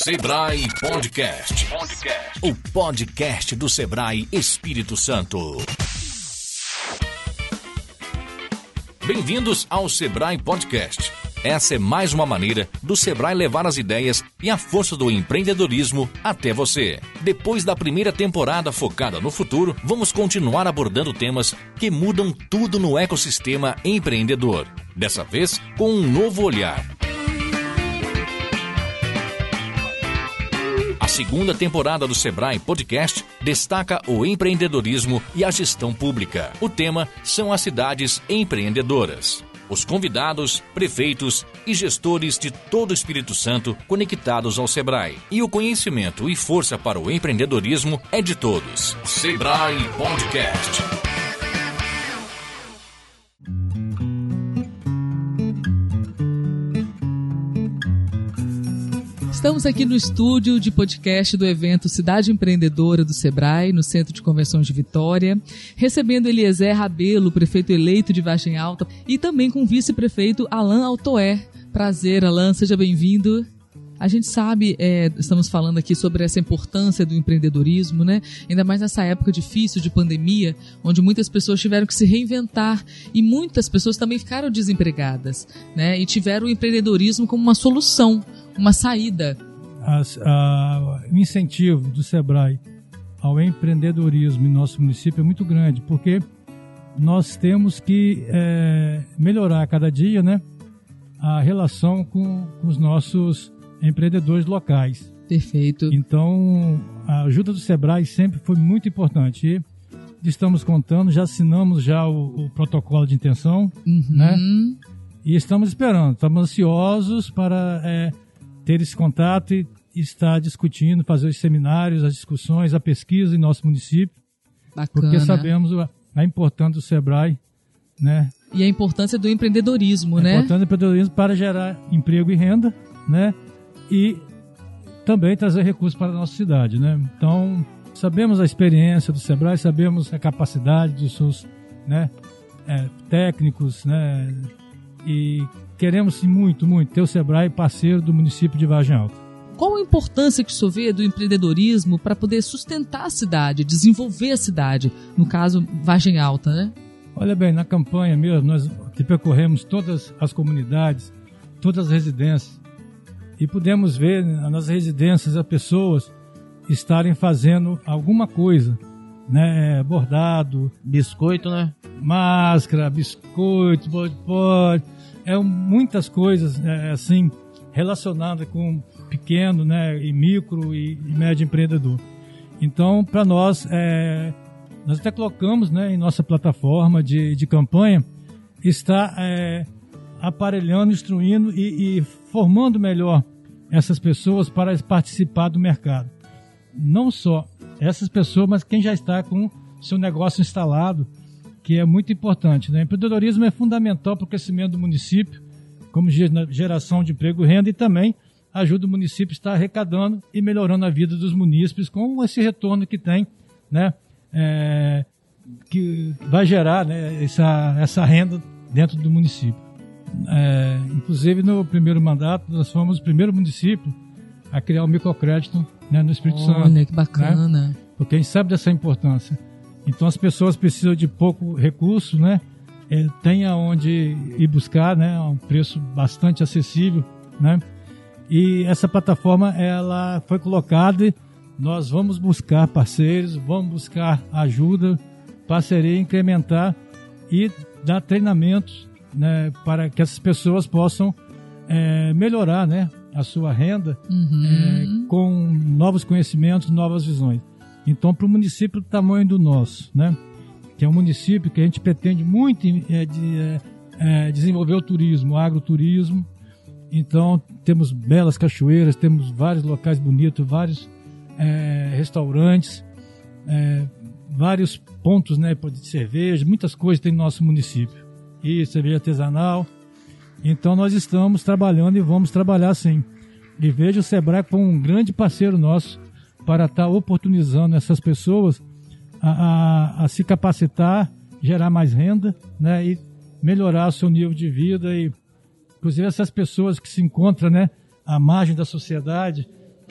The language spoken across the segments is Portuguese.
Sebrae Podcast. O podcast do Sebrae Espírito Santo. Bem-vindos ao Sebrae Podcast. Essa é mais uma maneira do Sebrae levar as ideias e a força do empreendedorismo até você. Depois da primeira temporada focada no futuro, vamos continuar abordando temas que mudam tudo no ecossistema empreendedor. Dessa vez, com um novo olhar. A segunda temporada do Sebrae Podcast destaca o empreendedorismo e a gestão pública. O tema são as cidades empreendedoras. Os convidados, prefeitos e gestores de todo o Espírito Santo conectados ao Sebrae. E o conhecimento e força para o empreendedorismo é de todos. Sebrae Podcast. Estamos aqui no estúdio de podcast do evento Cidade Empreendedora do Sebrae, no Centro de Convenções de Vitória, recebendo Eliezer Rabelo, prefeito eleito de Vargem Alta, e também com o vice-prefeito Alain Altoé. Prazer, Alain, seja bem-vindo. A gente sabe, estamos falando aqui sobre essa importância do empreendedorismo, né? Ainda mais nessa época difícil de pandemia, onde muitas pessoas tiveram que se reinventar e muitas pessoas também ficaram desempregadas, né? E tiveram o empreendedorismo como uma solução, uma saída. O incentivo do Sebrae ao empreendedorismo em nosso município é muito grande, porque nós temos que melhorar a cada dia, né, a relação com os nossos empreendedores locais. Perfeito. Então, a ajuda do Sebrae sempre foi muito importante. E estamos contando, já assinamos o protocolo de intenção, né? E estamos esperando, estamos ansiosos para ter esse contato e estar discutindo, fazer os seminários, as discussões, a pesquisa em nosso município. Bacana. Porque sabemos a importância do Sebrae, né? E a importância do empreendedorismo, né? A importância do empreendedorismo para gerar emprego e renda, né? E também trazer recursos para a nossa cidade, né? Então, sabemos a experiência do Sebrae, sabemos a capacidade dos seus, né, técnicos, né? E queremos muito, muito ter o Sebrae parceiro do município de Vargem Alta. Qual a importância que o senhor vê do empreendedorismo para poder sustentar a cidade, desenvolver a cidade, no caso Vargem Alta, né? Olha bem, na campanha mesmo, nós percorremos todas as comunidades, todas as residências, e pudemos ver nas residências as pessoas estarem fazendo alguma coisa, né? Bordado, biscoito, né? Máscara, biscoito, bode, muitas coisas assim relacionadas com pequeno, né? E micro e médio empreendedor. Então, para nós, nós até colocamos, né, em nossa plataforma de campanha, está aparelhando, instruindo e formando melhor essas pessoas para participar do mercado. Não só essas pessoas, mas quem já está com seu negócio instalado, que é muito importante, né? O empreendedorismo é fundamental para o crescimento do município, como geração de emprego e renda, e também ajuda o município a estar arrecadando e melhorando a vida dos munícipes com esse retorno que tem, né? Que vai gerar, né, essa renda dentro do município. Inclusive, no primeiro mandato, nós fomos o primeiro município a criar o microcrédito, né, no Espírito Santo. Olha, que bacana. Né? Porque a gente sabe dessa importância. Então, as pessoas precisam de pouco recurso, né? Tem aonde ir buscar, né, a um preço bastante acessível, né? E essa plataforma, ela foi colocada e nós vamos buscar parceiros, vamos buscar ajuda, parceria, incrementar e dar treinamentos, né, para que essas pessoas possam melhorar, né, a sua renda com novos conhecimentos, novas visões. Então, para o município do tamanho do nosso, né, que é um município que a gente pretende muito desenvolver o turismo, o agroturismo. Então, temos belas cachoeiras, temos vários locais bonitos, vários restaurantes, vários pontos, né, de cerveja, muitas coisas tem no nosso município. E cerveja artesanal. Então, nós estamos trabalhando e vamos trabalhar sim. E vejo o Sebrae como um grande parceiro nosso para estar oportunizando essas pessoas a se capacitar, gerar mais renda, né, e melhorar o seu nível de vida. E, inclusive, essas pessoas que se encontram, né, à margem da sociedade,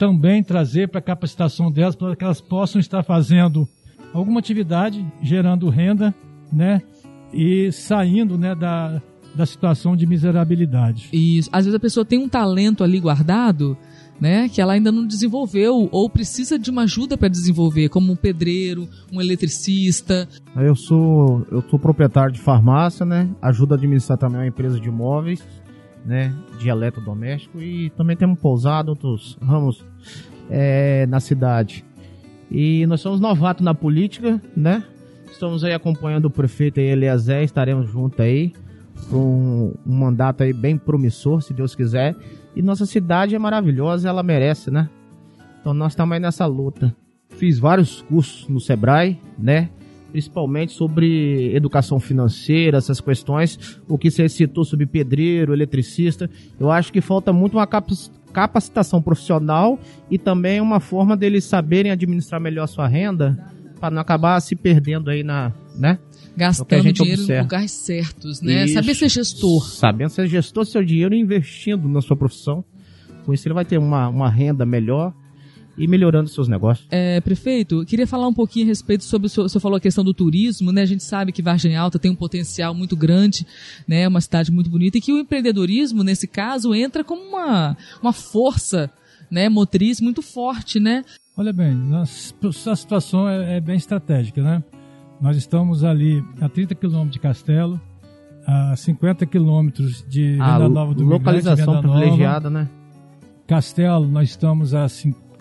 também trazer para a capacitação delas, para que elas possam estar fazendo alguma atividade, gerando renda, né? E saindo, né, da situação de miserabilidade. Isso. Às vezes a pessoa tem um talento ali guardado, né, que ela ainda não desenvolveu ou precisa de uma ajuda para desenvolver, como um pedreiro, um eletricista. Eu sou proprietário de farmácia, né? Ajudo a administrar também uma empresa de imóveis, né, de eletrodoméstico, e também temos pousada, outros ramos na cidade. E nós somos novatos na política, né? Estamos aí acompanhando o prefeito aí, Eliezer, estaremos juntos aí para um mandato aí bem promissor, se Deus quiser. E nossa cidade é maravilhosa, ela merece, né? Então nós estamos aí nessa luta. Fiz vários cursos no Sebrae, né? Principalmente sobre educação financeira, essas questões. O que você citou sobre pedreiro, eletricista. Eu acho que falta muito uma capacitação profissional e também uma forma deles saberem administrar melhor a sua renda, para não acabar se perdendo aí né? Gastando dinheiro em lugares certos, né? Isso. Saber ser gestor. Sabendo ser gestor do seu dinheiro e investindo na sua profissão. Com isso ele vai ter uma renda melhor e melhorando seus negócios. Prefeito, queria falar um pouquinho a respeito sobre, o senhor falou a questão do turismo, né? A gente sabe que Vargem Alta tem um potencial muito grande, né? Uma cidade muito bonita, e que o empreendedorismo, nesse caso, entra como uma força, né, motriz muito forte, né? Olha bem, a situação é bem estratégica, né? Nós estamos ali a 30 quilômetros de Castelo, a 50 quilômetros de Venda Nova do localização privilegiada, né? Castelo, nós estamos a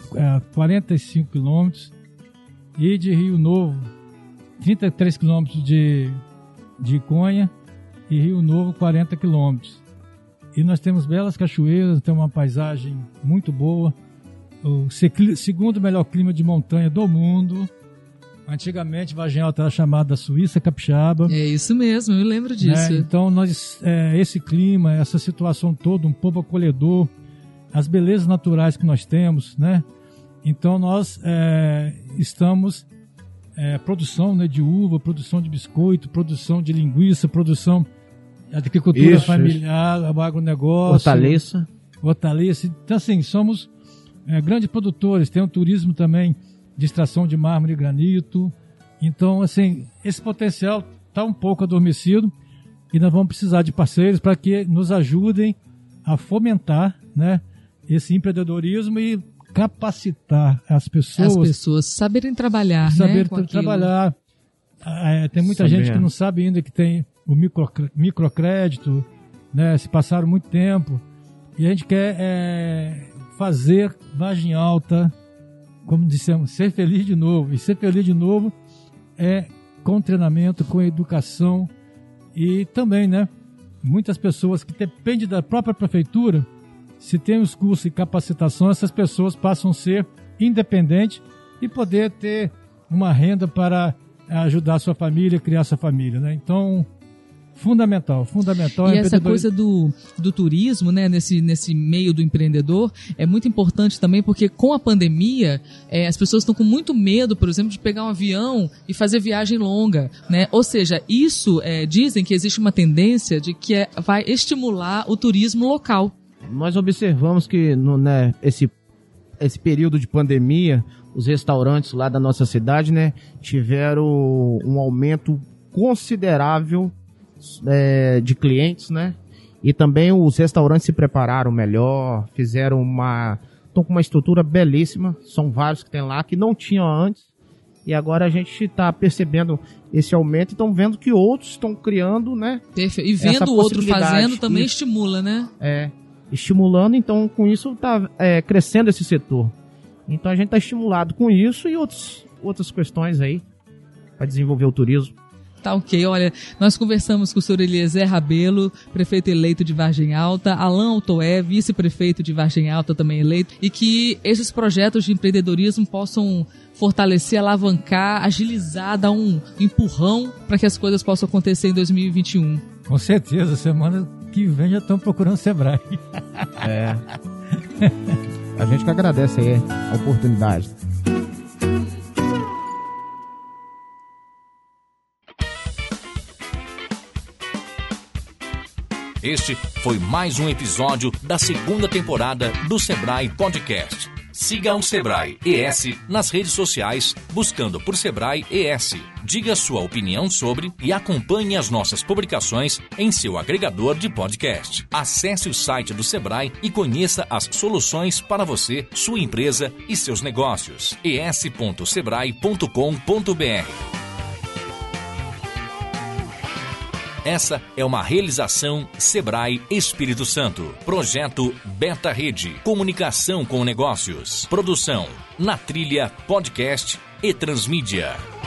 45 quilômetros, e de Rio Novo, 33 quilômetros de Conha, e Rio Novo, 40 quilômetros. E nós temos belas cachoeiras, temos uma paisagem muito boa, o segundo melhor clima de montanha do mundo. Antigamente, Vargem Alta era chamada Suíça Capixaba. É isso mesmo, eu lembro disso. Né? Então, esse clima, essa situação toda, um povo acolhedor, as belezas naturais que nós temos, né? Então, nós estamos produção, né, de uva, produção de biscoito, produção de linguiça, produção de agricultura familiar, agronegócio. Hortaliça. Então, assim, somos grandes produtores. Tem o turismo também de extração de mármore e granito. Então, assim, esse potencial está um pouco adormecido e nós vamos precisar de parceiros para que nos ajudem a fomentar, né, esse empreendedorismo e capacitar as pessoas saberem trabalhar, trabalhar. Tem muita gente que não sabe ainda que tem o microcrédito, né, se passaram muito tempo, e a gente quer fazer Vargem Alta, como dissemos, ser feliz de novo. E ser feliz de novo é com treinamento, com educação, e também, né, muitas pessoas que dependem da própria prefeitura, se tem os cursos e capacitação, essas pessoas passam a ser independentes e poder ter uma renda para ajudar a sua família, criar sua família, né? Então, fundamental. E essa coisa do turismo, né, nesse meio do empreendedor, é muito importante também, porque com a pandemia, as pessoas estão com muito medo, por exemplo, de pegar um avião e fazer viagem longa, né? Ou seja, isso dizem que existe uma tendência de que vai estimular o turismo local. Nós observamos que esse período de pandemia, os restaurantes lá da nossa cidade, né, tiveram um aumento considerável de clientes, né? E também os restaurantes se prepararam melhor, estão com uma estrutura belíssima, são vários que tem lá que não tinham antes, e agora a gente está percebendo esse aumento e estão vendo que outros estão criando, né? E vendo o outro fazendo também estimula, né? Estimulando, então com isso está crescendo esse setor. Então a gente está estimulado com isso e outras questões aí para desenvolver o turismo. Tá ok, olha, nós conversamos com o senhor Eliezer Rabelo, prefeito eleito de Vargem Alta, Alain Altoé, vice-prefeito de Vargem Alta também eleito, e que esses projetos de empreendedorismo possam fortalecer, alavancar, agilizar, dar um empurrão para que as coisas possam acontecer em 2021. Com certeza, semana que vem já estão procurando Sebrae. A gente que agradece aí a oportunidade. Este foi mais um episódio da segunda temporada do Sebrae Podcast. Siga o Sebrae ES nas redes sociais, buscando por Sebrae ES. Diga sua opinião sobre e acompanhe as nossas publicações em seu agregador de podcast. Acesse o site do Sebrae e conheça as soluções para você, sua empresa e seus negócios. es.sebrae.com.br. Essa é uma realização Sebrae Espírito Santo. Projeto Beta Rede. Comunicação com negócios. Produção Na Trilha Podcast e Transmídia.